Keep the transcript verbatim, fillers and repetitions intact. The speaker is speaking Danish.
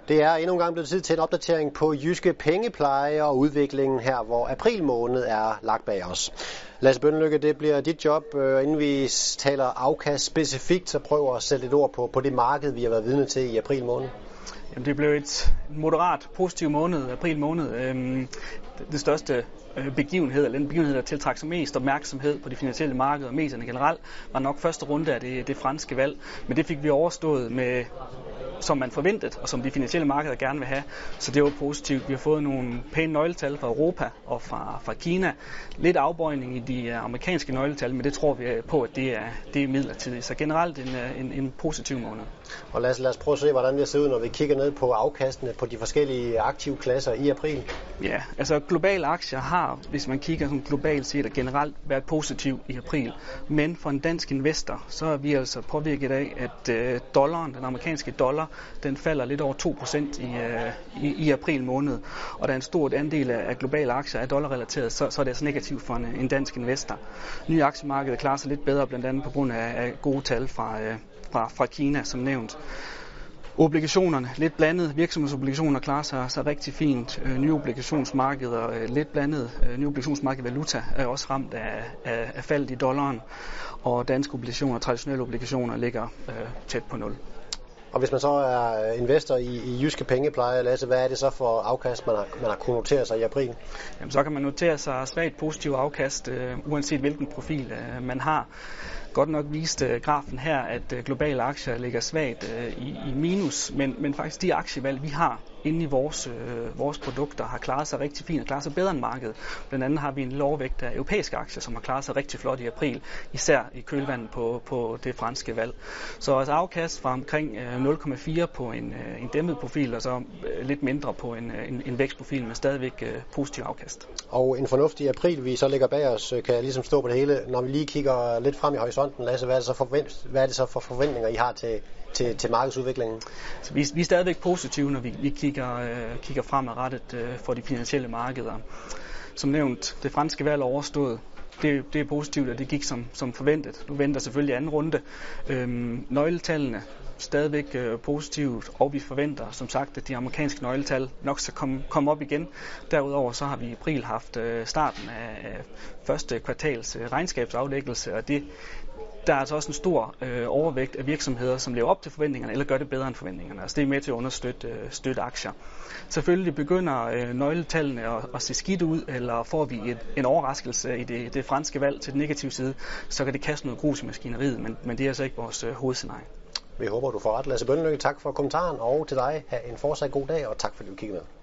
Det er endnu en gang blevet tid til en opdatering på Jyske Pengepleje og udviklingen her, hvor april måned er lagt bag os. Lasse Bønnelykke, det bliver dit job. Inden vi taler afkast specifikt, så prøv at sætte et ord på, på det marked, vi har været vidne til i april måned. Jamen, det blev et moderat positiv måned, april måned. Øhm, det største øh, begivenhed, eller den begivenhed, der tiltrak sig mest opmærksomhed på de finansielle markeder og medierne generelt, var nok første runde af det, det franske valg. Men det fik vi overstået med, som man forventede, og som de finansielle markeder gerne vil have. Så det var positivt. Vi har fået nogle pæne nøgletal fra Europa og fra, fra Kina. Lidt afbøjning i de amerikanske nøgletal, men det tror vi på, at det er, det er midlertidigt. Så generelt en, en, en positiv måned. Og lad os, lad os prøve at se, hvordan det ser ud, når vi kigger ned på afkastene på de forskellige aktive klasser i april. Ja, altså globale aktier har, hvis man kigger sådan globalt set, generelt været positiv i april. Men for en dansk investor, så er vi altså påvirket af, at øh, dollaren, den amerikanske dollar, den falder lidt over to procent i, øh, i, i april måned. Og der er en stor andel af, af globale aktier er dollarrelateret, så, så er det altså negativt for en, en dansk investor. Nye aktiemarkeder klarer sig lidt bedre, blandt andet på grund af, af gode tal fra, øh, fra, fra Kina, som nævnt. Obligationerne, lidt blandet. Virksomhedsobligationer klarer sig, sig rigtig fint. Øh, nye obligationsmarkeder, øh, lidt blandet. Øh, nye obligationsmarked valuta er også ramt af, af, af faldet i dollaren. Og danske obligationer, traditionelle obligationer, ligger øh, tæt på nul. Og hvis man så er investor i, i Jyske Pengepleje, Lasse, hvad er det så for afkast, man har, man har kunnet notere sig i april? Jamen, så kan man notere sig svagt positiv afkast, øh, uanset hvilken profil øh, man har. Godt nok viste øh, grafen her, at øh, globale aktier ligger svagt øh, i, i minus, men, men faktisk de aktievalg, vi har inde i vores, øh, vores produkter, har klaret sig rigtig fint og klaret sig bedre end markedet. Blandt andet har vi en lille overvægt af europæiske aktier, som har klaret sig rigtig flot i april, især i kølvandet på, på det franske valg. Så altså afkast fra omkring øh, nul komma fire på en, øh, en dæmmet profil, og så øh, lidt mindre på en, en, en vækstprofil, men stadigvæk øh, positiv afkast. Og en fornuftig april, vi så lægger bag os, kan jeg ligesom stå på det hele. Når vi lige kigger lidt frem i horisonten, Lasse, hvad er det så, forvent, hvad er det så for forventninger, I har til Til, til markedsudviklingen? Så vi, vi er stadigvæk positive, når vi, vi kigger, øh, kigger fremadrettet øh, for de finansielle markeder. Som nævnt, det franske valg er overstået. Det, det er positivt, at det gik som, som forventet. Nu venter selvfølgelig anden runde. Øhm, nøgletallene stadigvæk øh, positivt, og vi forventer som sagt, at de amerikanske nøgletal nok skal komme, komme op igen. Derudover så har vi i april haft øh, starten af øh, første kvartals øh, regnskabsaflæggelse, og det der er altså også en stor øh, overvægt af virksomheder, som lever op til forventningerne, eller gør det bedre end forventningerne. Altså det er med til at understøtte øh, støtte aktier. Selvfølgelig begynder øh, nøgletallene at, at se skidt ud, eller får vi et, en overraskelse i det, det franske valg til den negative side, så kan det kaste noget grus i maskineriet, men, men det er altså ikke vores øh, hovedscenarie. Vi håber, du får ret. Lasse Bønnelykke, tak for kommentaren, og til dig, have en fortsat god dag, og tak fordi du kiggede med.